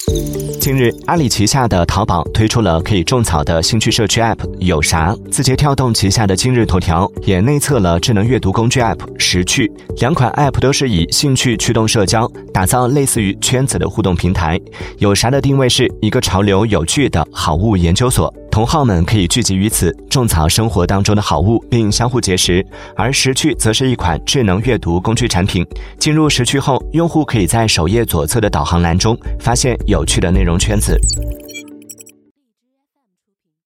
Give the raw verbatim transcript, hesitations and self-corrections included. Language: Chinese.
近日，阿里旗下的淘宝推出了可以种草的兴趣社区 App 有啥，字节跳动旗下的今日头条也内测了智能阅读工具 App 识趣，两款 App 都是以兴趣驱动社交，打造类似于圈子的互动平台。有啥的定位是一个潮流有趣的好物研究所，同好们可以聚集于此，种草生活当中的好物，并相互结识。而识趣则是一款智能阅读工具产品，进入识趣后，用户可以在首页左侧的导航栏中发现有趣的内容圈子。